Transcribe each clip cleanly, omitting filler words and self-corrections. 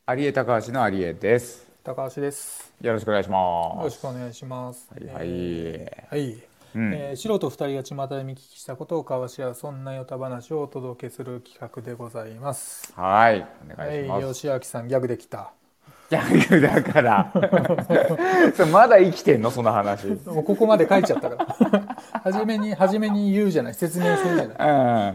有江高橋の有江です。 高橋です。 よろしくお願いしよろます。 しくお願いします。 はいはい。 はい。 うん。 素人二人が巷で見聞きしたことを交わし合う、そんなヨタ話をお届けする企画でございます。 はい。お願いはい。 します。 吉明さん、ギャグできた。 ギャグだから。それまだ生きてんのその話。 もうここまで書いちゃったから。初めに言うじゃない。説明するじゃない。 うん。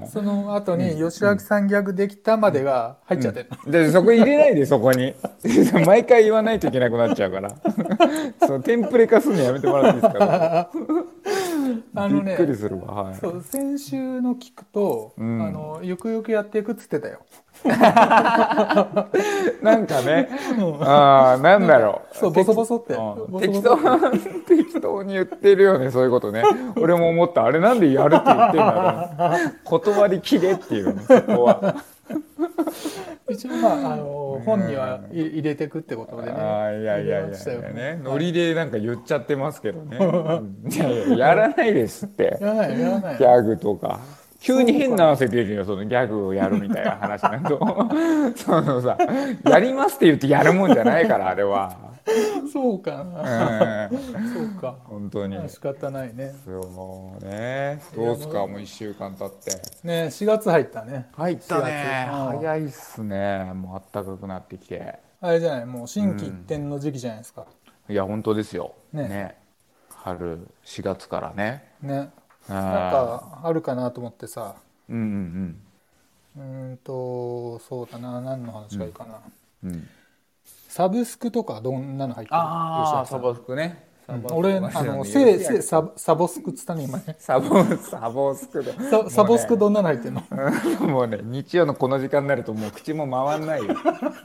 その後うん。 に、吉うん。 明さんギャグできたまでが入っうん。 ちゃってる。 で、そこ入れないで、そこに。毎回言わないといけなくなっちゃうから。そのテンプレ化するのやめてもらっていいですか、そこ。びっくりね、 するわ。はい。 そう、先週の聞くと、 うん。 ゆくゆくやっていくっつってたよ。 なんかね、 うん。 なんなんか、 だろう。 そう、ボソボソって、ボソボ適当、 ソって。 適当に言ってるよね、そういうことね。俺も思った。あれなんでやるって言ってんだと思って。断りきれっていうね、そこは。 一応、まあ、 う本にはん。 入れてくってことでね、 いや入れいやいやましたよ。 いやね。ノはい。 リでなんか言っちゃってますけどね。いやいや、やらないですって。 やらない、やらないの。 ギャグとか。急に変なそうかな。 汗出るよ、そのギャグをやるみたいな話なんと。そのさ、やりますって言ってやるもんじゃないから、あれは。 そうかうな。 ん。 そうか。 本当に。 まあ、仕方ないね。 そうね。 いや、 どうすか、もう一週間経って。 ね、4月入ったね。 入っ 4月。 たね。 うん。 早いっすね。もう暖かくなってきて。 あれじゃない、もう心機一うん。 転の時期じゃないですか。 いや、本当ですよ。 ね。 ね。春、4月からね。 ね。なんああ。 か、あるかなと思ってさ。 うんうんそうだな。何の話うん。 がいいかな。 うん。うん。 サブスクとかどんなの入ってる吉ああ、 明さん？ サボスクね。サボス俺、 クはね、吉せい、せい、 明さん。 サボスクっつったね、今ね。 サボスクで。 サもうね、 ボスクどんなの入ってんの？ もうね、日曜のこの時間になるともう口も回んないよ。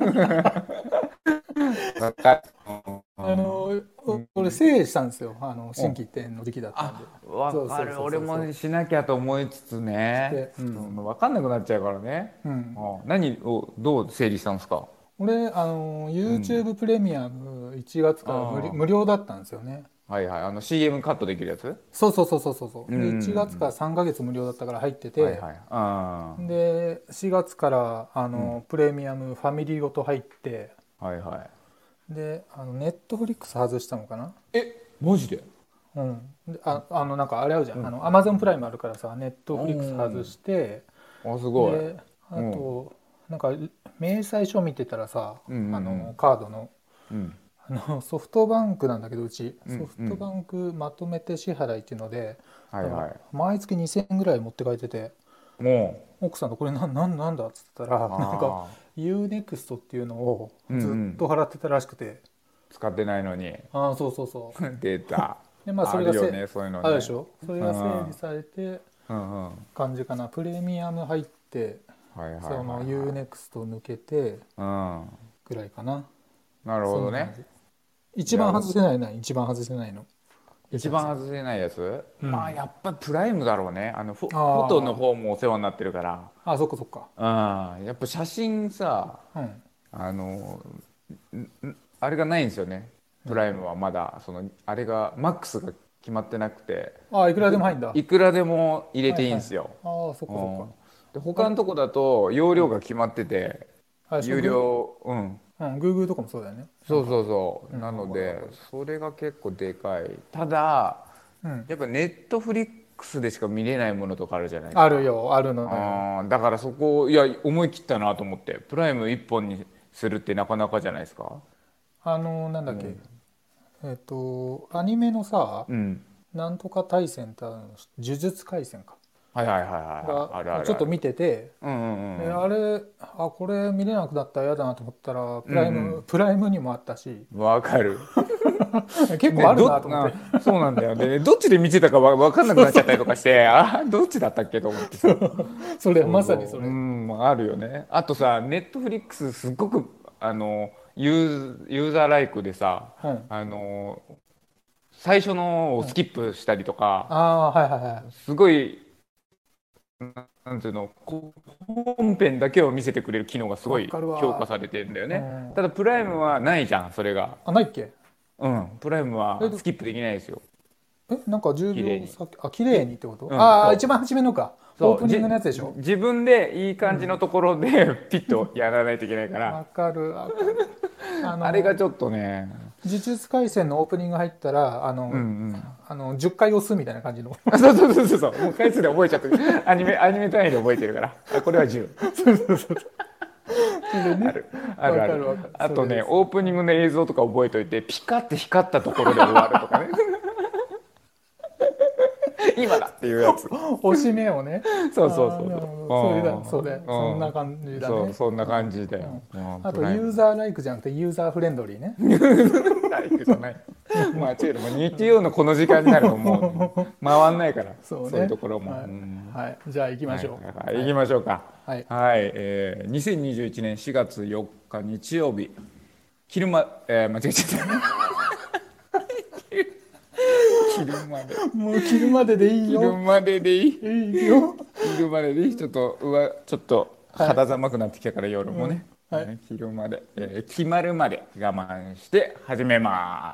わかる。うん。 俺、せいしたんですよ。 うん。 心機一転の時期だったんで。 あ、わそうそうかる。俺そうそうそもしなきゃと思いつつね、 う。で、うん。 わかんなくなっちゃうからね。 うん。 何をどう整理したんですか？ 俺、 うん。 YouTube プレミアム1月から無あ料だったんですよね。 あ、はいはい。CM カットできるやつ。 そうそうそうそうそうそうんうう。で、1月からん 3ヶ月無料だったから入ってて、 うん。はいはい。ああ。 で、4月からうん。 プレミアムファミリーごと入って、 はいはで、ネットフリックス外したのかな。 い。マジで？ うん。で、なんかあれあるじゃん。 うん。 アマゾンプライムあるからさ、ネットうフリックス外ん。 して、 あ、すごい。 で、あうん。 と、なんか、明細書見てたらさ、 うんうんカードの、 うん。 ソフトバンクなんだけど、うち、 うん。 ソフうん。 トバンクまとめて支払いっていうので、なんか、 はいはい。 毎月2000円ぐらい持って帰ってて、 も奥さんとこれなんだっつったう、 ら、なんか、 ああ。 UNEXT っていうのをうんうずっとん。 払ってたらしくて、 使ってないのに。 ああ、そうそうそ出た。 う。で、まあ、それがあるよね、そういうのね。 あるでしょ。それうん。 が整理されて、 うんうん。 感じかな。プレミアム入って、 はいはいはいそのは UNEXT 抜けて、 い。うん。 ぐらいかな。 なるほどね。 そんな感じ。一いや、 番外せないな、一番外せないの。吉一明さん。 番外せないやつ、まあうん。 やっぱプライムだろうね。フォトのあ方もお世話になってるから。 あ、あ、そっかそっか。 やっぱ写真さ、 うん。 あの、あれがないんですよね。プライムはまだ、あれが、マックスが決まってなくて、 ああ、いくらでも入んだ。 いくらでも入れていいんはいはい。 ですよ。 ああ、そっうかそっか。 ん。で、 あれ、 他のとこだと、容量が決まってて、 あれでしょ、 有料、うん。 うん、グーグルとかもそうだよね。なんか。 そうそうそう。 うん、 なわので、 かるわかる。 それが結構でかい。ただ、 うん。 やっぱネットフリックスでしか見れないものとかあるじゃないですか。 あるよ、あるのよ。 だからそこ、いや、思い切ったなと思って、プライム一本にするってなかなかじゃないですか。 なんだっけ。 うん。 アニメのさ、 うん。 なんとか対戦ってあるの、呪術廻戦か。 はいはいはいはいはい。 が、 あるあるある。 ちょっと見てて、 うんうんうんあれ、これ見れなくなったら嫌だなと思ったら、プライムにもあったし、 うん。わかる。ね、 結構あるなと思って。 そうなんだよ。で、どっちで見てたかわかんなくなっちゃったりとかして、どっちだったっけと思ってさ。 それ、まさにそうそう。うそれ。 ん、あるよね。あとさ、ネットフリックスすっごく、ユーザーライクでさ、 うん。 あの、最初のをうん。 スキップしたりとか、 ああ、はいはいはい。 すごい、なんていうの、本編だけを見せてくれる機能がすごいわかるわ。 評価されてるんだよね。 うん。 ただ、プライムはないじゃん、それが。 あ、ないっけ？ うん、プライムはえ、 スキップできないですよ。 なんか10 綺麗に。 秒先、綺麗にってこと？ うん、 一そ番初めのか。 オープニングのやつでしょ。 自分でいい感じのところでピッとやらないといけないから、 わかるわかる。 あれがちょっとね、 呪術廻戦のオープニング入ったら10回押すみたいな感じのそうもう回数で覚えちゃってる。アニメ単位で覚えてるから、これは10。ある。あとね、オープニングの映像とか覚えといて、ピカって光ったところで終わるとかね。今だっていうやつ。 押し目をね。 そう。 そんな感じだね。 そんな感じで。 あとユーザーライクじゃなくてユーザーフレンドリーね。 ユーザーライクじゃない。まあ違う、日曜のこの時間になるともう回んないから、そういうところも。 はい、じゃあ行きましょう。 行きましょうか。 はい。 2021年4月4日日曜日、昼間、間違えちゃった。 もう昼まででいいよ。 昼まででいい。 いいよ。 昼まででいい。ちょっと肌寒くなってきたから夜もね。昼まで、決まるまで我慢して始めます。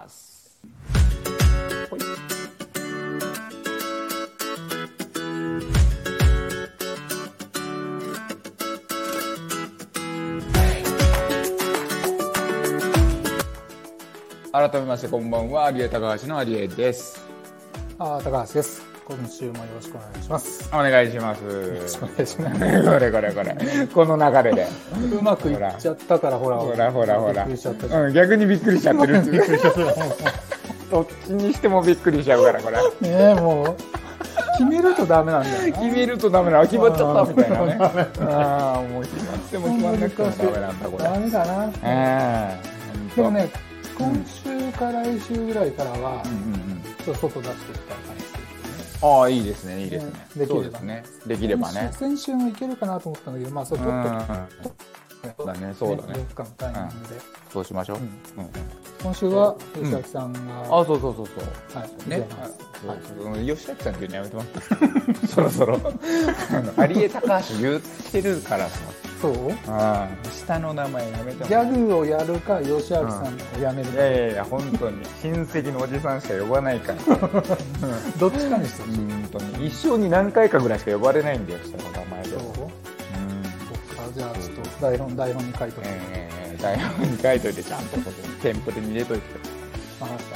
改めましてこんばんは、有江高橋の有江です。 高橋です。今週もよろしくお願いします。 お願いします。 よろしくお願いします。 この流れでうまくいっちゃったからほらびっくりしちゃった。逆にびっくりしちゃってる。びっくりしちゃった。どっちにしてもびっくりしちゃうからこれ。 ねえ、もう決めるとダメなんだよな。 決めるとダメな。決まっちゃったみたいなね。もう決まっても決まんなくてもダメなんだこれ。 ダメだな。でもね、今週か来週ぐらいからはちょっと外出していきたい感じですね。 ああ、いいですね、いいですね。できればね。 先週もいけるかなと思ったんだけど、まあそれちょっとそうだね。 どっかのタイミングでそうしましょう。 今週は吉崎さんがそうはいね。 吉崎さんっていうのやめてもらっていいですか。そろそろ有江高橋言ってるからさ。 そう？ 下の名前やめてもギャグをやるか吉明さんをやめるか。 いや本当に親戚のおじさんしか呼ばないからどっちかにしてほしい。 本当に一生に何回かぐらいしか呼ばれないんだよ、下の名前で。 じゃあちょっと台本に書いといて、 台本に書いといて、ちゃんとテンプレに入れといて。 分かった。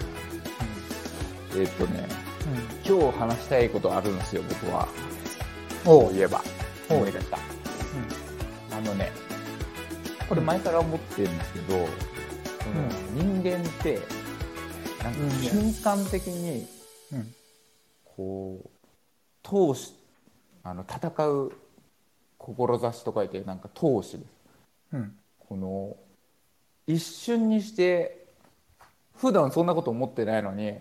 今日話したいことあるんですよ、僕は。そういえば思い出した。これ前から思ってるんですけど、人間ってなんか瞬間的にこう戦う志と書いてなんか闘志です。この一瞬にして普段そんなこと思ってないのに、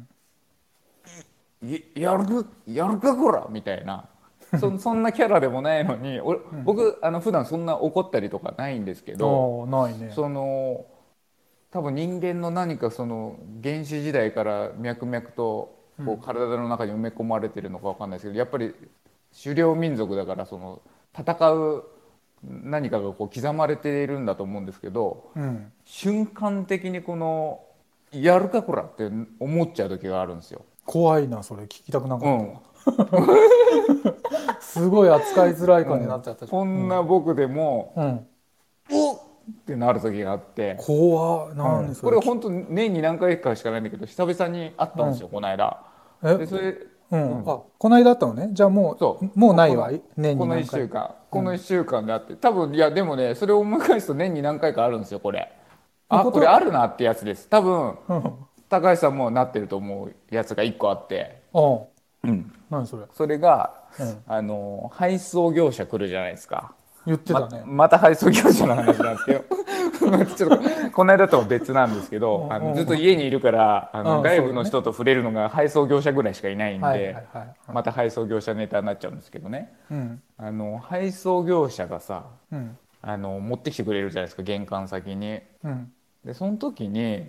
やるかこらみたいな。そんなキャラでもないのに、僕普段そんな怒ったりとかないんですけど、 ないね。 多分人間の何か原始時代から脈々とこう体の中に埋め込まれてるのか分かんないですけど、やっぱり狩猟民族だから戦う何かがこう刻まれているんだと思うんですけど、瞬間的にやるかこらって思っちゃう時があるんですよ。 怖いな、それ聞きたくなかったわ。すごい扱いづらい感じになっちゃった。 こんな僕でもおっってなる時があって、 怖い。 これ本当年に何回かしかないんだけど、久々に会ったんですよ、この間。でそれこの間あったのね。じゃあもうないわ。年に何回。 この1週間であって、多分いやでもね、それを思い返すと年に何回かあるんですよ、これ。これあるなってやつです。多分高橋さんもなってると思うやつが1個あって、 何それ。 それが配送業者来るじゃないですか。 言ってたね。 また配送業者の話なんですけどちょっとこの間とは別なんですけど、ずっと家にいるから外部の人と触れるのが配送業者ぐらいしかいないんで、また配送業者ネタになっちゃうんですけどね、配送業者がさ、持ってきてくれるじゃないですか、玄関先に。でその時に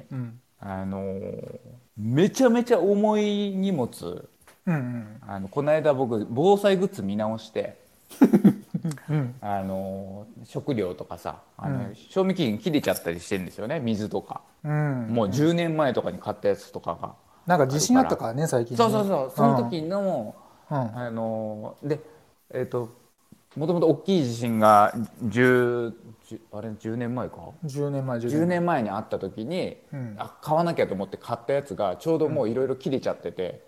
めちゃめちゃ重い荷物、この間僕防災グッズ見直して食料とかさ、賞味期限切れちゃったりしてるんですよね、水とか。もう10年前とかに買ったやつとかがなんか地震あったからね、最近ね。 そうその時のでもともと大きい地震が10年前か10年前にあった時に、買わなきゃと思って買ったやつがちょうどもういろいろ切れちゃってて、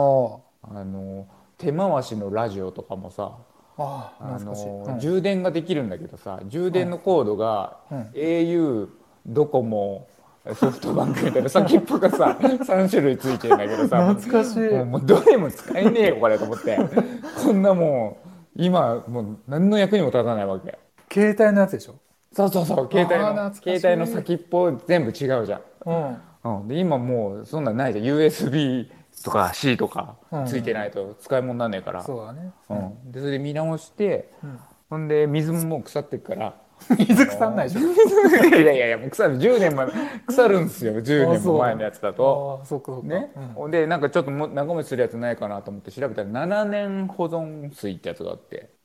手回しのラジオとかもさ、充電ができるんだけどさ、充電のコードが au ドコモソフトバンクみたいな先っぽがさ3種類ついてるんだけどさ、 懐かしい。 もうどれも使えねえよこれと思ってこんなもう今もう何の役にも立たないわけ。 携帯のやつでしょ。 そう携帯の先っぽ全部違うじゃん。で今もうそんなんないじゃん。 USB とか C とかついてないと使い物にならないから、 そうだね。 でそれで見直して、ほんで水ももう腐ってっから水腐んないでしょ。 いやもう腐る10年まで腐るんですよ10年も前のやつだと。ね、でなんかちょっと長持ちするやつないかなと思って調べたら7年保存水ってやつがあって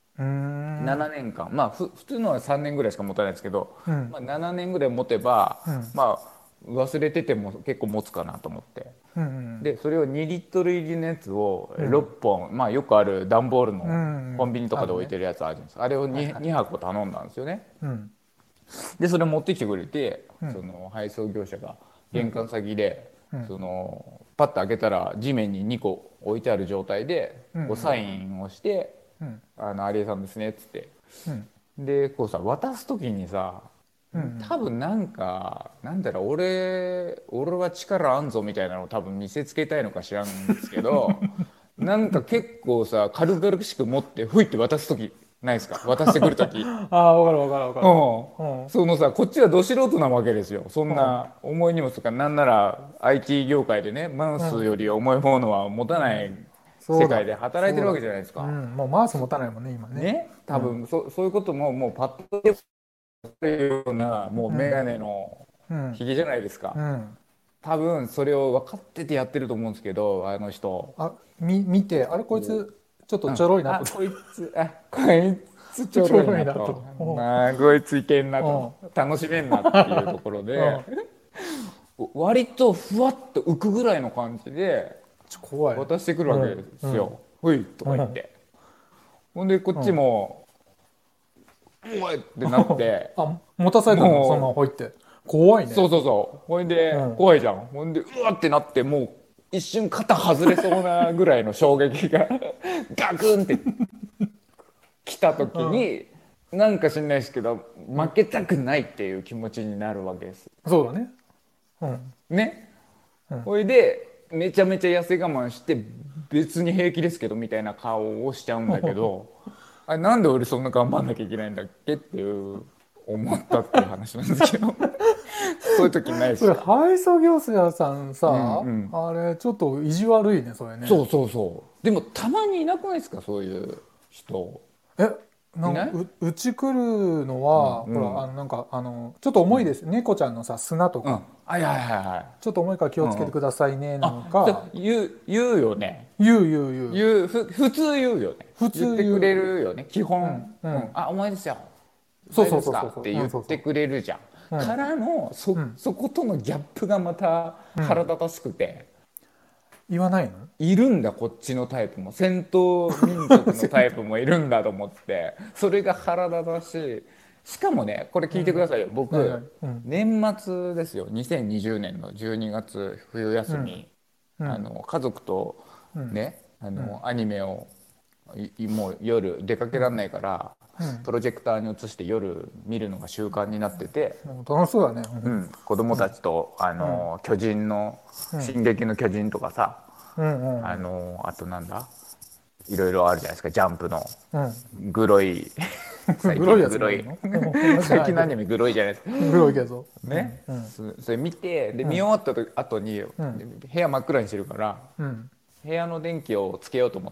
、7年間まあ普通のは3年ぐらいしか持たないですけど、まあ、7年ぐらい持てば、まあ忘れてても結構持つかなと思って、でそれを2リットル入りのやつを6本、まあよくある段ボールのコンビニとかで置いてるやつあるじゃないですか。あれを 2箱頼んだんですよね。でそれ持ってきてくれて、その配送業者が玄関先で、そのパッと開けたら地面に2個置いてある状態で、こうサインをして「有江さんですね」っつって、でこうさ渡す時にさ、多分なんかなんだろう、俺は力あんぞみたいなのを多分見せつけたいのか知らんですけどなんか結構さ軽々しく持ってふいって渡す時ないですか、渡してくる時。 分かる。 そのさこっちはど素人なわけですよ。そんな重い荷物とか、なんなら IT 業界でねマウスより重いものは持たない世界で働いてるわけじゃないですか。 もうマウス持たないもんね今ね。 多分そういうことももうパッとでるようなもう眼鏡のひげじゃないですか。多分それを分かっててやってると思うんですけど、あの人。 見てあれこいつちょっとちょろいなと、 こいつちょろいなと、こいついけんなと、楽しめんなっていうところで割とふわっと浮くぐらいの感じで渡してくるわけですよ。ほいとか言って、ほんでこっちもおいってなって持たされたのそのままほいって怖いね。 そうほいで怖いじゃん。ほんでうわってなってもう一瞬肩外れそうなぐらいの衝撃がガクンって来た時に、なんか知んないですけど負けたくないっていう気持ちになるわけです。 そうだね。 ね。ほいでめちゃめちゃ痩せ我慢して別に平気ですけどみたいな顔をしちゃうんだけどあれなんで俺そんな頑張んなきゃいけないんだっけっていう思ったっていう話なんですけどそういう時ないですか。 配送業者さんさ、あれちょっと意地悪いねそれね。 そうでもたまにいなくないですかそういう人。 なんかうち来るのは、ほらなんかちょっと重いです、猫ちゃんのさ砂とか、ちょっと重いから気をつけてくださいねなのか、 言うよね。 普通言うよね。言ってくれるよね基本。重いですよそうって言ってくれるじゃん。からのそことのギャップがまた腹立たしくて、 言わないの？ いるんだこっちのタイプも、戦闘民族のタイプもいるんだと思ってそれが腹立たしい。しかもねこれ聞いてくださいよ、僕、年末ですよ2020年の12月冬休み、家族とね、アニメをもう夜出かけられないから、プロジェクターに映して夜見るのが習慣になってて、 楽しそうだね、 子供たちと巨人の「進撃の巨人」とかさ、あとなんだいろいろあるじゃないですか、ジャンプのグロい最近最近のアニメグロいじゃないですか。 グロいけどね、それ見てで見終わった後に部屋真っ暗にしてるから、部屋の電気をつけようと思って、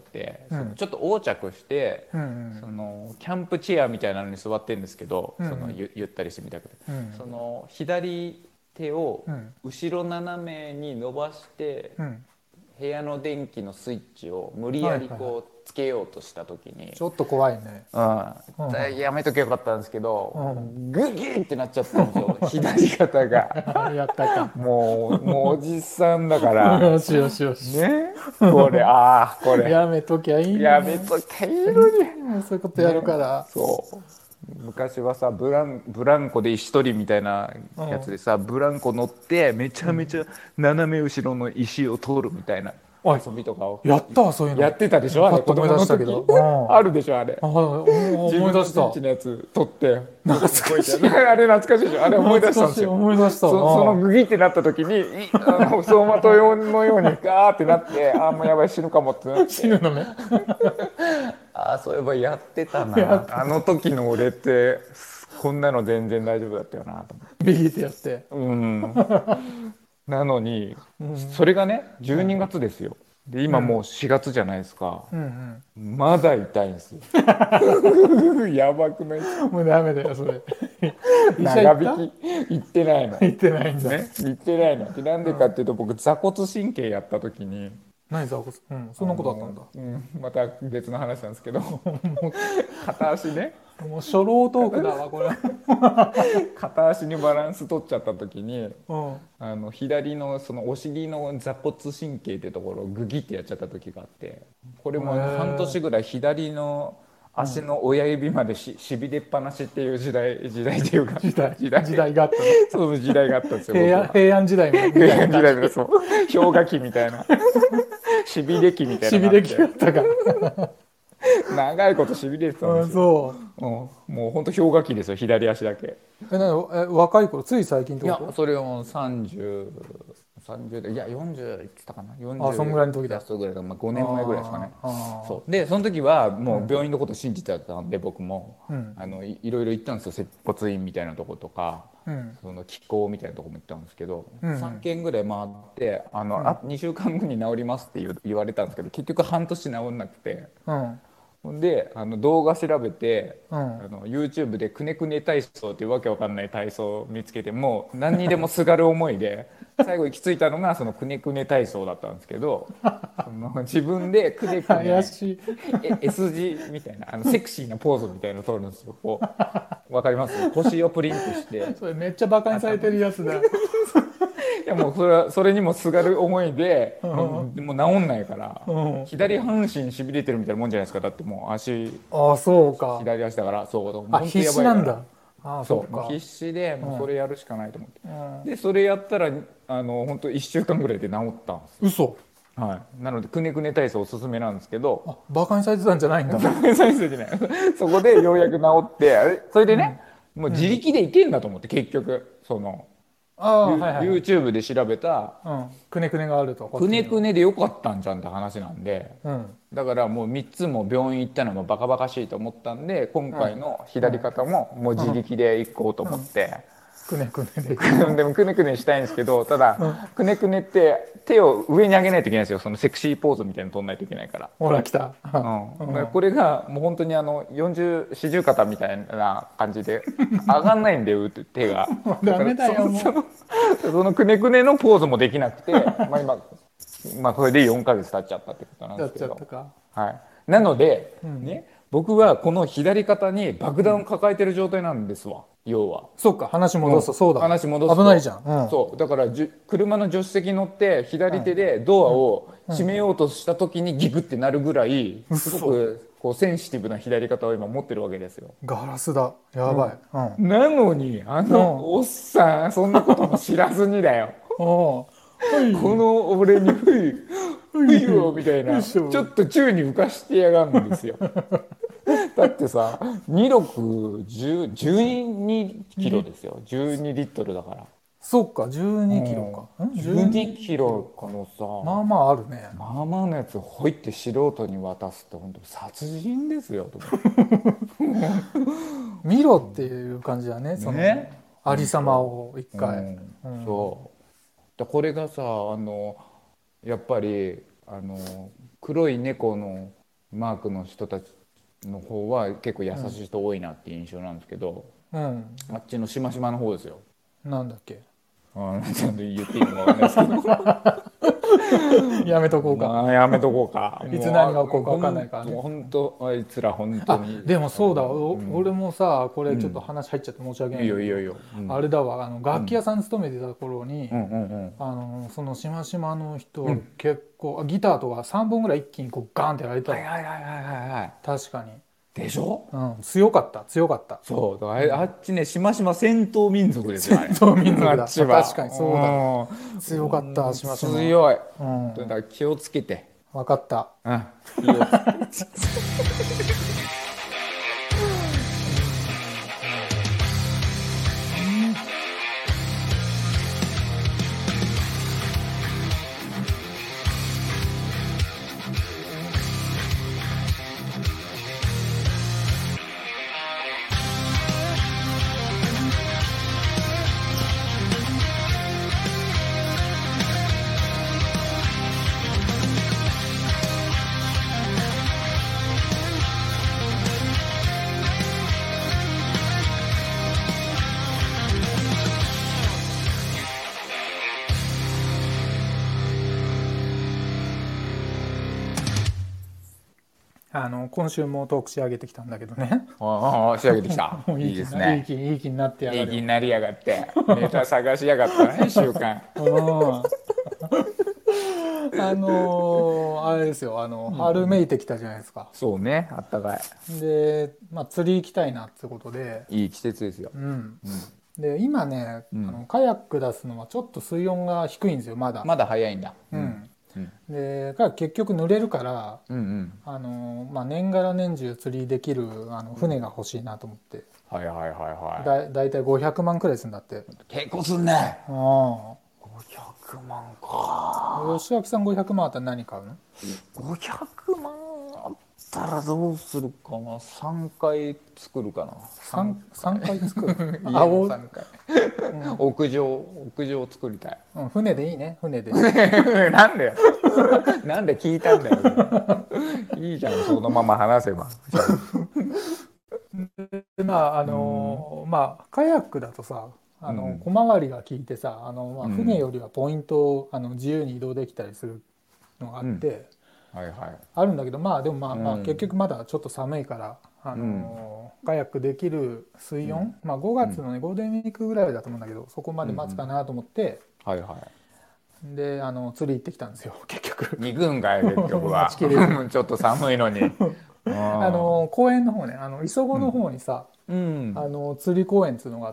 ちょっと横着して、そのキャンプチェアみたいなのに座ってるんですけど、そのゆったりしてみたくて、その左手を後ろ斜めに伸ばして、 部屋の電気のスイッチを無理やりこうつけようとした時に、 ちょっと怖いね、 やめとけばよかったんですけど、グギーってなっちゃったんですよ左肩がやったかもうおじさんだからよしよしよしね、これやめときゃいいのに、 やめときゃいいのにそういうことやるから、 そう昔はさブランコで石取りみたいなやつでさ、ブランコ乗ってめちゃめちゃ斜め後ろの石を通るみたいな遊びとかをやったわ、そういうのやってたでしょ、あれ子供の時あるでしょ、あれ思い出した、 自分のやつ取って懐かしいあれ懐かしいでしょ、あれ思い出したんですよ、 思い出した、 そのグギってなった時に走馬灯のようにガーってなってもうやばい死ぬかもってなって死ぬのねそういえばやってたなあの時の俺ってこんなの全然大丈夫だったよなと思ってビギってやってなのに、それがね12月ですよ、で今もう4月じゃないですか、まだ痛いんですよやばくないですか、 もうダメだよそれ長引き行ってないの、 行ってないんだ、 ね、行ってないので、なんでかっていうと僕坐骨神経やった時に何座骨、そんなことあったんだ、 また別の話なんですけど片足ね、 もう初老トークだわこれ片足にバランス取っちゃった時に、左のそのお尻の座骨神経ってところをグギってやっちゃった時があって、これも半年ぐらい左の足の親指までしびれっぱなしっていう時代っていうか時代があったねそう時代があったんですよ、 平安時代みたいな平安時代のそう氷河期みたいなしびれ期みたいなしびれ期だったか長いことしびれてたんですよ、もう本当氷河期ですよ、左足だけ。 若い頃、つい最近ってこと？ いやそれを30でいや40いってたかな、40 そんぐらいの時だ、 そうぐらいだ、5年前ぐらいですかね。そうでその時はもう病院のこと信じてたんで、僕も、いろいろ行ったんですよ、接骨院みたいなとことか、その気候みたいなとこも行ったんですけど、3軒ぐらい回って2週間後に治りますって言われたんですけど、結局半年治んなくて。で動画調べて、YouTube でくねくね体操っていうわけわかんない体操を見つけて、もう何にでもすがる思いで最後行き着いたのがそのくねくね体操だったんですけど自分でくねくね S 字みたいなセクシーなポーズみたいなのを撮るんですよ。こうわかります？腰をプリントしてそれめっちゃバカにされてるやつだいやもうそれにもすがる思いで、もう治んないから、左半身しびれてるみたいなもんじゃないですか。だってもう足そうか左足だから、そう必死なんだ。 そうもう必死でもうそれやるしかないと思って、でそれやったら本当1週間ぐらいで治ったんです。 嘘。 はい、なのでくねくね体操おすすめなんですけど、 バカにされてたんじゃないんだ。 バカにされてたんじゃないそこでようやく治ってそれでね、もう自力でいけんだと思って、結局そのYouTube で調べた、 くねくねがあると、 くねくねでよかったんじゃんって話なんで、だからもう3つも病院行ったのもバカバカしいと思ったんで、今回の左肩ももう自力で行こうと思って、 くねくねででもくねくねしたいんですけど、ただ、くねくねって手を上に上げないといけないんですよ。そのセクシーポーズみたいなの取んないといけないから。 ほら来た、 これがもう本当に四十肩みたいな感じで上がんないんだよ手がダメだよもうそのくねくねのポーズもできなくて今これで4ヶ月経っちゃったってことなんですけど、はい、なので、ね、僕はこの左肩に爆弾を抱えてる状態なんですわ、要は。 そうか、話戻すと、そうだ、 話戻すと危ないじゃん、 そうだから車の助手席乗って左手でドアを閉めようとした時にギクってなるぐらい、すごくこうセンシティブな左肩を今持ってるわけですよ。 ガラスだ、やばい、なのにおっさんそんなことも知らずにだよこの俺にふいよみたいな、ちょっと宙に浮かしてやがるんですよだってさ12キロですよ、12リットルだから。 そっか、12キロか、 12キロのさ、 まあまああるね。 まあまあのやつをほいって素人に渡すって本当殺人ですよと見ろっていう感じだね、そのありさまを一回、 そうこれがさやっぱり黒い猫のマークの人たちの方は結構優しい人多いなっていう印象なんですけど、あっちのしましまの方ですよ。 なんだっけ、 ちゃんと言っていいのか分かんないですけどやめとこうか。 やめとこうか。 いつ何が起こるか分かんないからね。 本当あいつら本当に。 でもそうだ、俺もさこれちょっと話入っちゃって申し訳ないけど、 いいよいいよ。 あれだわ、楽器屋さん勤めてた頃に、そのしましまの人結構ギターとか3本ぐらい一気にこうガンってやられた。確かに。 でしょ、 強かった強かった。 そうあっちねしましま戦闘民族ですよ。 戦闘民族だ。確かにそうだ。強かったしましま。 強い。だから気をつけて。 分かった。 気をつけて。 今週もトーク仕上げてきたんだけどね。 仕上げてきた。いいですね。 いい気になってやがる。 いい気になりやがって。ネタ探しやがったね習慣。 あれですよ、春めいてきたじゃないですか。 そうね、あったかい。 で、釣り行きたいなってことで。 いい季節ですよ。 で今ね、カヤック出すのはちょっと水温が低いんですよ、まだ。 まだ早いんだ。 で結局濡れるから、年がら年中釣りできる船が欲しいなと思って。だいたい500万くらいするんだって。 結構すんね。500万か。 吉脇さん500万あったら何買うの ？500万あったらどうするかな。3回作るかな。 3回作る。 3回。屋上作りたい。 船でいいね、船で。 なんでなんで聞いたんだよ。いいじゃん、そのまま話せば。 カヤックだとさ、小回りが効いてさ、船よりはポイントを自由に移動できたりするのがあって、あるんだけど、でも結局まだちょっと寒いからカヤックできる水温、5月のねゴールデンウィークぐらいだと思うんだけど、そこまで待つかなと思って、で釣り行ってきたんですよ結局。 行くんかい結局は。ちょっと寒いのに。 公園の方ね、磯子の方にさ、釣り公園っていうのがあって、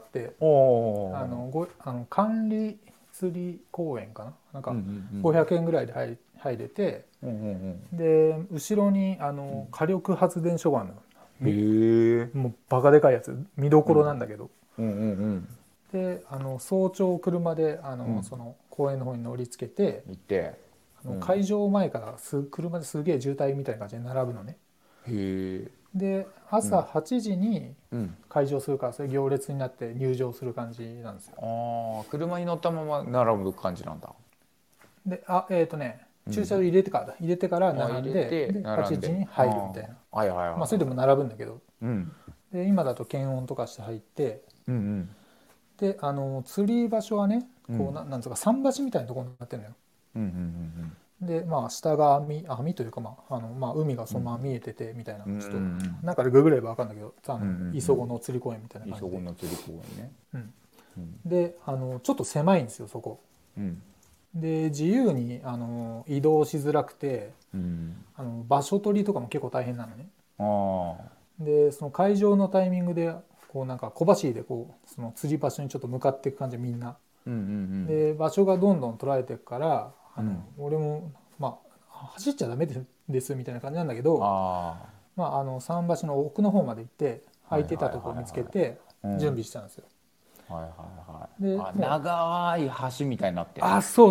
管理釣り公園かな、なんか500円ぐらいで入れて、で後ろに火力発電所があるの。もうバカでかいやつ、見どころなんだけど。で早朝車でその公園の方に乗りつけて行って、会場前から車ですげえ渋滞みたいな感じで並ぶのね。で朝8時に開場するから、それ行列になって入場する感じなんですよ。 車に乗ったまま並ぶ感じなんだ。 で駐車場入れてから並んで、8時に入るみたいな。それでも並ぶんだけど、で今だと検温とかして入って、で釣り場所はね、こうなんつうか桟橋みたいなところになってるのよ。で下が網というか、海がそのまま見えててみたいな、ちょっとなんかでググれば分かるんだけど、磯子の釣り公園みたいな感じで。 磯子の釣り公園ね。 でちょっと狭いんですよそこ。で自由に移動しづらくて、場所取りとかも結構大変なのね。でその会場のタイミングでこうなんか小走りでこうその釣り場所にちょっと向かっていく感じで、みんな。で場所がどんどん取られていくから、俺も走っちゃダメですみたいな感じなんだけど、桟橋の奥の方まで行って空いてたところ見つけて準備したんですよ。 で長い橋みたいになってる。 そう。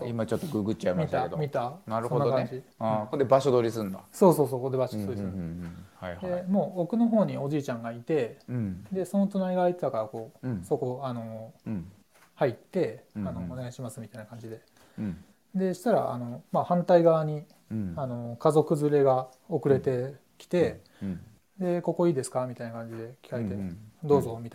今ちょっとググっちゃいましたけど。 見た。 なるほどね。ここで場所取りするんだ。 そうここで場所取りする。でもう奥の方におじいちゃんがいて、でその隣が空いてたからこうそこ入ってお願いしますみたいな感じで。でしたら反対側に家族連れが遅れてきて、でここいいですかみたいな感じで聞かれて、どうぞみたいな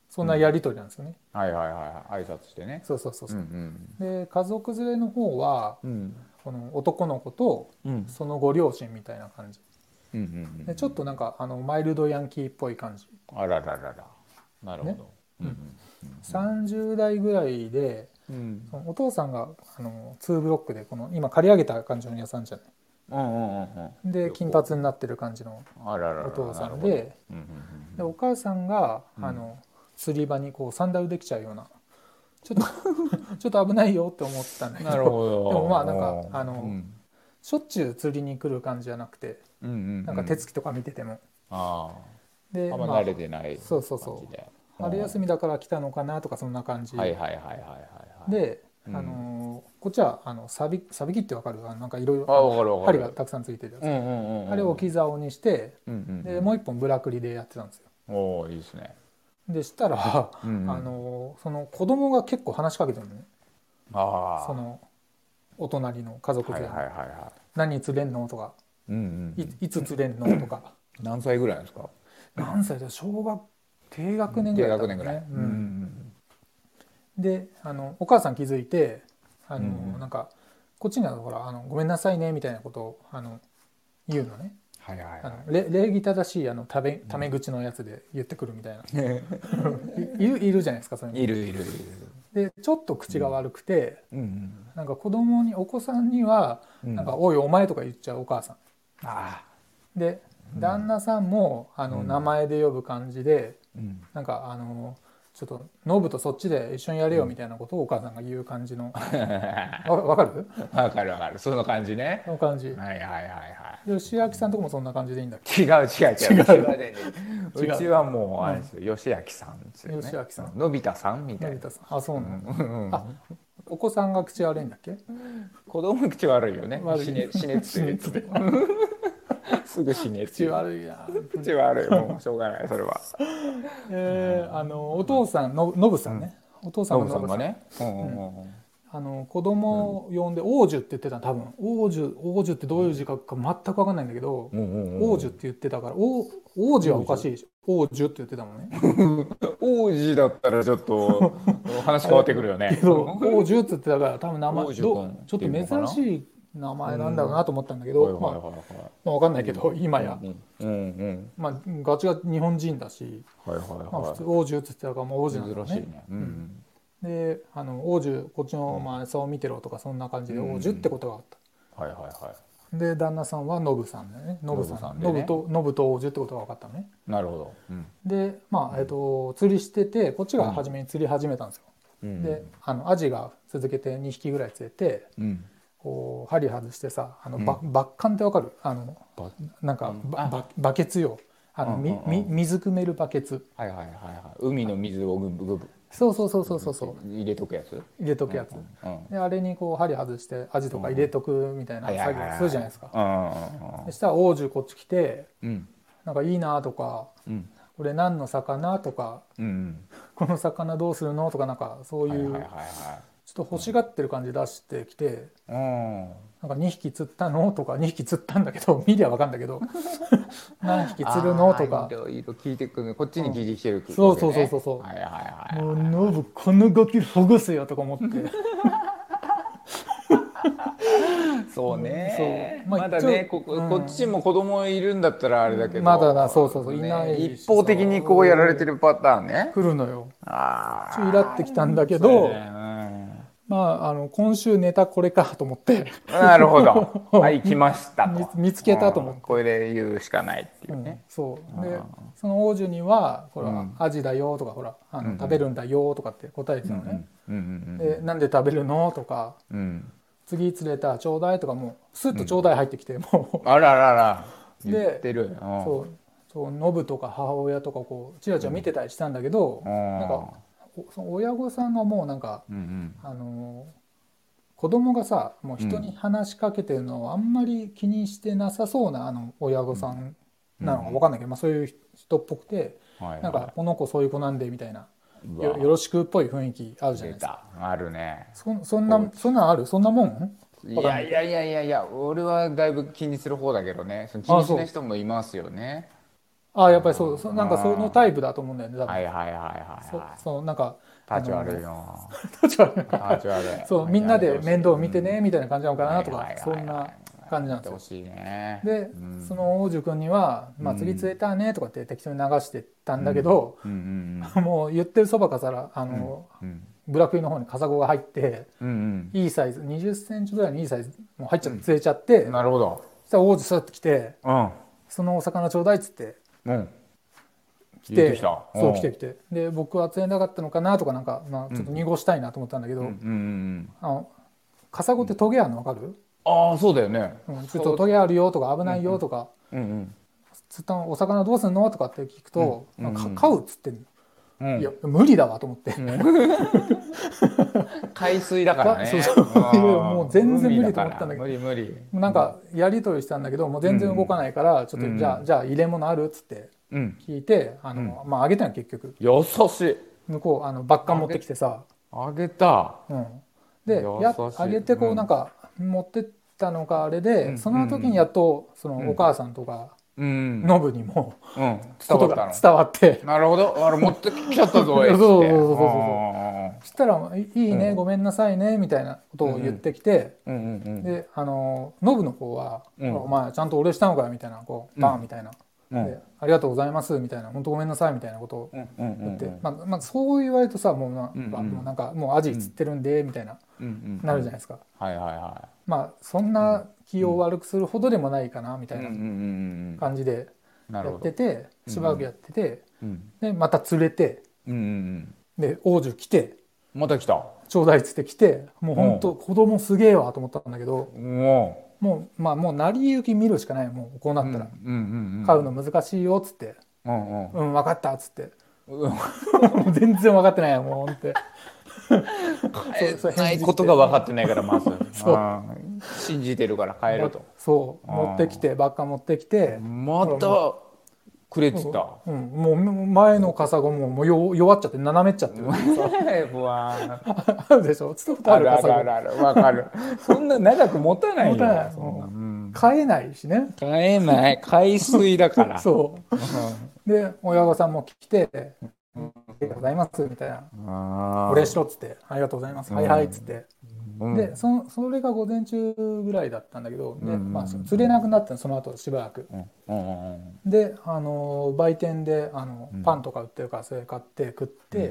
そんなやり取りなんですよね。 はいはいはい、挨拶してね。 そうそうそうそう。 うんで家族連れの方は、 うん。 この男の子とそのご両親みたいな感じ。 うんうんうん。 でちょっとなんかマイルドヤンキーっぽい感じ。 あらららら。なるほど。 ね。30代ぐらいで、そのお父さんが2ブロックでこの今刈り上げた感じの屋さんじゃない。で金髪になってる感じのお父さんで、でお母さんが釣り場にこうサンダルできちゃうようなちょっとちょっと危ないよって思ったんだけど、でもまあなんかしょっちゅう釣りに来る感じじゃなくて、なんか手つきとか見てても、 であんま慣れてない感じで、 そうそうそう、春休みだから来たのかなとかそんな感じで、こっちはサビキってわかる？なんかいろいろ針がたくさんついてるやつ、あれを置き竿にして、でもう一本ブラクリでやってたんですよ。 おー、いいですね。 でしたらその子供が結構話しかけてるのね。そのお隣の家族で何釣れんのとか、いつ釣れんのとか。 何歳ぐらいですか？ 何歳だ、小学低学年ぐらいだったね。でお母さん気づいてなんかこっちにはほらごめんなさいねみたいなことを言うのね。礼儀正しいタメ口のやつで言ってくるみたいないるじゃないですか、そういうの。 いる。 でちょっと口が悪くて、なんかお子さんにはなんかおいお前とか言っちゃうお母さんで、旦那さんも名前で呼ぶ感じで、なんかちょっとノブとそっちで一緒にやれよみたいなことをお母さんが言う感じのわかる？ わかる、その感じね。 その感じ。吉明さんとこもそんな感じでいいんだっけ？違う。うちはもうあれですよ、吉明さんですよね。 吉明さん、 のび太さんみたいな。 あ、そうなの。お子さんが口悪いんだっけ？ 子供口悪いよね。死ねつってすぐ死ねって。 口悪いな。 口悪い、もうしょうがないそれは。 お父さんのぶさんね。お父さんのぶさんがね。子供を呼んで王樹って言ってた。多分王樹ってどういう字書くか全く分かんないんだけど、王樹って言ってたから、王子はおかしいでしょ。王樹って言ってたもんね。 王子だったらちょっと話変わってくるよね。 王樹って言ってたから多分名前ちょっと珍しい名前なんだろうなと思ったんだけど、まあ分かんないけど今やまあガチが日本人だし、普通王樹って言ってたからもう王子なんだろうね。で王樹こっちの餌を見てろとかそんな感じで王樹ってことがあった。で旦那さんはノブさんだよね。ノブと王樹ってことが分かったのね。 なるほど。 でまあ釣りしてて、こっちが初めに釣り始めたんですよ。でアジが続けて2匹ぐらい釣れて、こう針外してさバッカンって分かる？なんかバケツよ。水汲めるバケツ。 海の水をそう入れとくやつ。 であれにこう針外してアジとか入れとくみたいな作業するじゃないですか。そしたら王樹こっち来て、なんかいいなとか、これ何の魚とか、この魚どうするのとか、なんかそういうちょっと欲しがってる感じ出してきて、なんか2匹釣ったのとか、2匹釣ったんだけど見りゃ分かんだけど何匹釣るのとかいろいろ聞いてくる、こっちに聞いてきてる。 そうもうノブこのガキほぐすよとか思ってそうね、まだねこっちも子供いるんだったらあれだけど、 まだな、そういない。 一方的にこうやられてるパターンね来るのよ。イラってきたんだけど、まあ今週ネタこれかと思って。 なるほど。はい来ましたと見つけたと思って、 これで言うしかないっていうね。 そうでその王樹にはほらアジだよとか、ほら食べるんだよとかって答えてたのね。でなんで食べるのとか、次釣れたちょうだいとか、もうスッとちょうだい入ってきて、もうあららら言ってる。 そうノブとか母親とかこうチラチラ見てたりしたんだけど、なんかその親御さんがもうなんか子供がさもう人に話しかけてるのをあんまり気にしてなさそうな親御さんなのか分かんないけど、そういう人っぽくて、なんかこの子そういう子なんでみたいな、よろしくっぽい雰囲気あるじゃないですか。 あるね。 そんなんある？そんなもん？ いや俺はだいぶ気にする方だけどね。気にしない人もいますよね。 あ、やっぱりなんかそのタイプだと思うんだよね多分。 はいはいはいはいはい。 そうなんか立ち悪いな。 立ち悪い立ち悪い。 そうみんなで面倒見てねみたいな感じなのかなとか、そんな感じなんですよ。 ほしいね。 で、その王子くんには「まあ、次釣れたね」とかって適当に流してたんだけど、もう言ってるそばからブラクリの方にカサゴが入って、いいサイズ20センチぐらいのいいサイズもう入っちゃって釣れちゃって、 なるほど。 そしたら王子そうやって来て、そのお魚ちょうだいっつって来て、そう来てで僕は釣れなかったのかなとかなんか、まあ、ちょっと濁したいなと思ったんだけど、カサゴってトゲあるの分かる？ ああそうだよね。 ちょっとトゲあるよとか危ないよとか、釣ったお魚どうすんのとかって聞くと飼うっつってんの。いや無理だわと思って、 海水だからね。 もう全然無理と思ったんだけど、 無理なんかやり取りしたんだけどもう全然動かないから、ちょっとじゃあ入れ物あるっつって聞いて、まああげたんよ結局。 優しい。 向こうバッカン持ってきてさあげた。 であげてこうなんか持ってったのがあれで、その時にやっとそのお母さんとかノブにもことが伝わって、 なるほど、持ってきちゃったぞそうそしたら「いいね、ごめんなさいね」みたいなことを言ってきて、でノブの方は「お前ちゃんとお礼したのかよ」みたいなこうバーンみたいな。でありがとうございますみたいな、本当ごめんなさいみたいなことを言って、まあそう言われるとさ、もうなんかもうアジ釣ってるんでみたいななるじゃないですか。まあそんな気を悪くするほどでもないかなみたいな感じでやってて、しばらくやってて、でまた釣れて、で王女来てまた来たちょうだいっつって来て、もう本当子供すげえわと思ったんだけど、もう成り行き見るしかない。もうこうなったら飼うの難しいよっつって、分かったっつって、全然分かってないよもうって飼えないことが分かってないから、まず信じてるから飼えると。 そう持ってきてバッカ持ってきて、 またくれっつった。 もう前のカサゴも弱っちゃって斜めっちゃってるあるでしょ。 ある分かる。そんな長く持たないよ。 飼えないしね。 飼えない、海水だからそうで親御さんも来て「ありがとうございます」みたいな「お礼しろ」っつって「ありがとうございます」「はいはい」っつって、でそれが午前中ぐらいだったんだけど、でまあ釣れなくなったのその後しばらく。で売店でパンとか売ってるからそれ買って食って、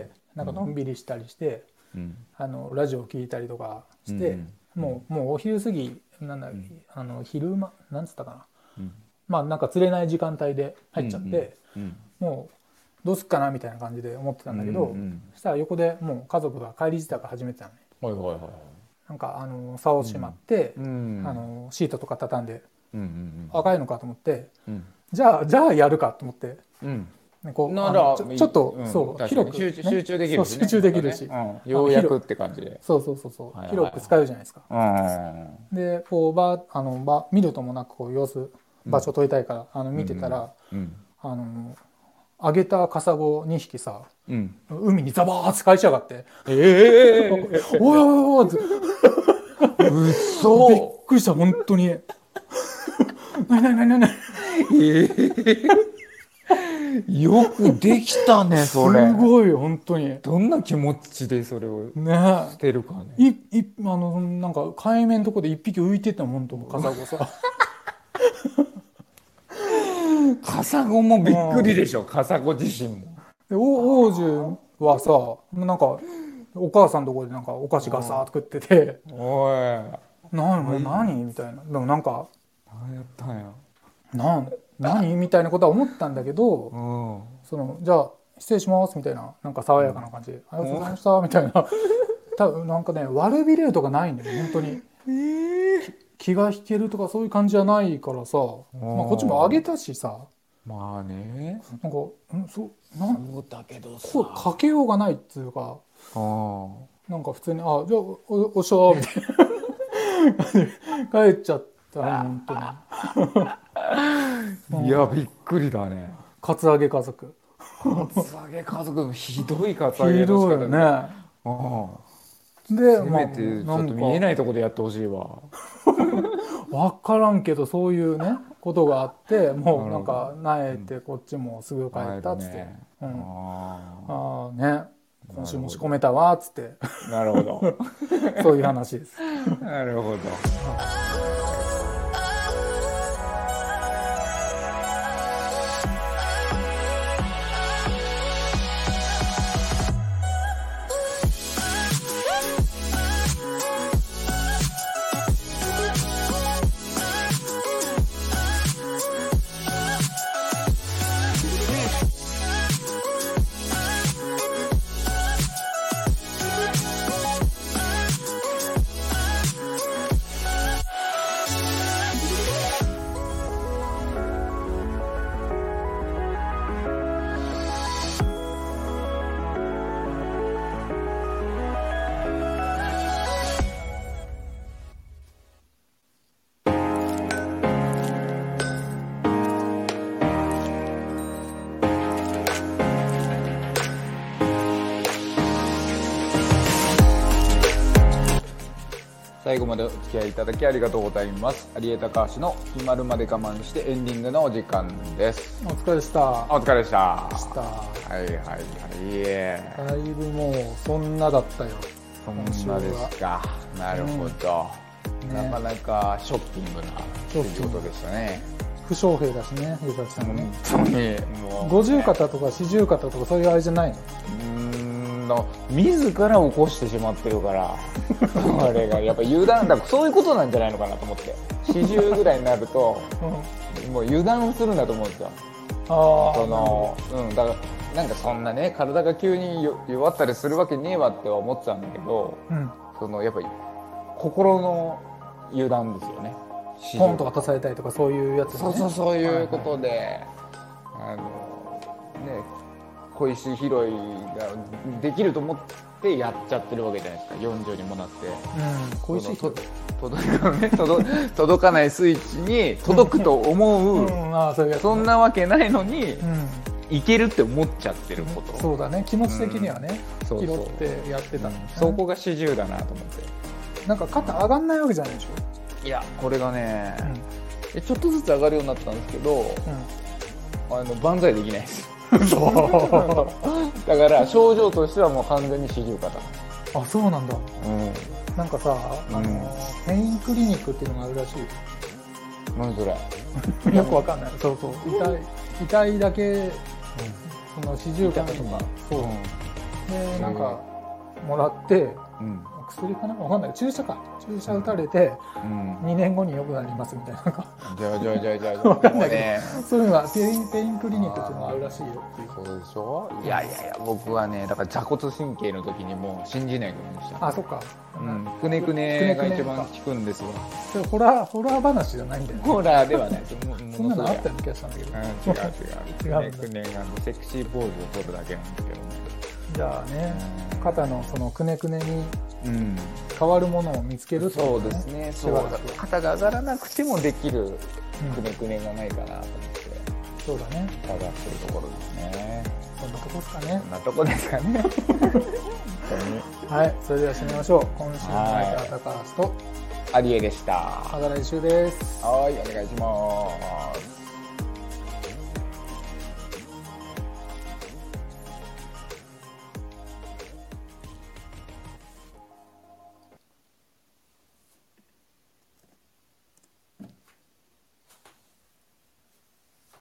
なんかのんびりしたりして、ラジオ聞いたりとかして、もうお昼過ぎなんだ、昼間なんつったかな、まあなんか釣れない時間帯で入っちゃって、もうどうすっかなみたいな感じで思ってたんだけど、そしたら横でもう家族が帰り支度始めてたのね。なんか竿をしまって、シートとか畳んで、赤いのかと思って、じゃあやるかと思って、こうちょっとそう広く集中できるし、 集中できるし、 ようやくって感じで、 そう広く使えるじゃないですか。でこう見るともなくこう様子場所取りたいから見てたら、あげたカサゴ2匹さ、海にザバーッて返しやがって、おいおいおいってびっくりした本当に。何よくできたねそれ。 すごい本当に。 どんな気持ちでそれをしてるかね。 なんか海面のとこで1匹浮いてたもんとカサゴさ。 カサゴもびっくりでしょ、カサゴ自身も。 で王子はさ、なんかお母さんのとこでなんかお菓子ガサーッと食ってて「おい何?」みたいな。でもなんか何やったんや何みたいなことは思ったんだけど、じゃあ失礼しますみたいな、なんか爽やかな感じで「ありがとうございました」みたいな。多分なんかね悪びれるとかないんだよ本当に。気が引けるとかそういう感じじゃないからさ、まあこっちもあげたしさ、 まあね、 なんかそうだけどさ、 かけようがないっていうか、なんか普通に「じゃあおっしゃー」みたいな帰っちゃった本当に。いやびっくりだね。 カツアゲ家族ひどいカツアゲの仕方ね。 でせめてちょっと見えないところでやってほしいわ。 分からんけどそういうねことがあってもうなんかなえてこっちもすぐ帰ったっつって、うん、ああね今週も仕込めたわっつって。 なるほどそういう話です。 なるほど。最後までお付き合いいただきありがとうございます。有江高橋の決まるまで我慢してエンディングのお時間です。 お疲れでした。 お疲れでした。 はいはいはい。 だいぶもうそんなだったよ。 そんなですか。なるほど、なかなかショッキングな出来事でしたね。 不祥兵だしね、湯崎さんね。 本当にもう、 五十肩とか四十肩とかそういうあれじゃないの？ 自ら起こしてしまってるからあれがやっぱ油断だ、そういうことなんじゃないのかなと思って、40ぐらいになると、もう油断するんだと思うんですよ。だからなんかそんなね体が急に弱ったりするわけねえわって思ってたんだけど、やっぱり心の油断ですよね。 本とか出されたりとかそういうやつね。 そういうことで、小石拾いができると思ってやっちゃってるわけじゃないですか。40にもなって、小石届かないスイッチに届くと思う、そんなわけないのに、いけるって思っちゃってること、 そうだね、気持ち的にはね、拾ってやってたんですね。 そこが始終だなと思って。 なんか肩上がんないわけじゃないでしょ。 いやこれがね、ちょっとずつ上がるようになったんですけど、万歳できないですだから症状としてはもう完全に四十肩。 あ、そうなんだ。なんかさ、ペインクリニックっていうのがあるらしいよ。 何それよくわかんない。そう痛いだけ、その四十肩とか、でなんかもらって、薬かな、わかんない、注射打たれて、2年後に良くなりますみたいな。 じゃあわかんないけど、そういうのがペインクリニックっていうのがあるらしいよっていう。 そうでしょ。いや僕はね、だから座骨神経の時にもう信じないことにした。 あ、そっか。 くねくねが一番効くんですわ。 それホラー話じゃないんだよね。 ホラーではない。 そんなのあったような気がしたんだけど。 違う。くねくねがセクシーポーズを取るだけなんですけどね。 じゃあね、肩のそのくねくねに変わるものを見つけるってことですね。 そうですね。肩が上がらなくてもできるくねくねがないかなと思って。 そうだね。 探してるところですね。 そんなとこですかね。 そんなとこですかね。 はい、それでは締めましょう。今週の相手は高橋と有江でした。 また来週です。 はい、お願いします。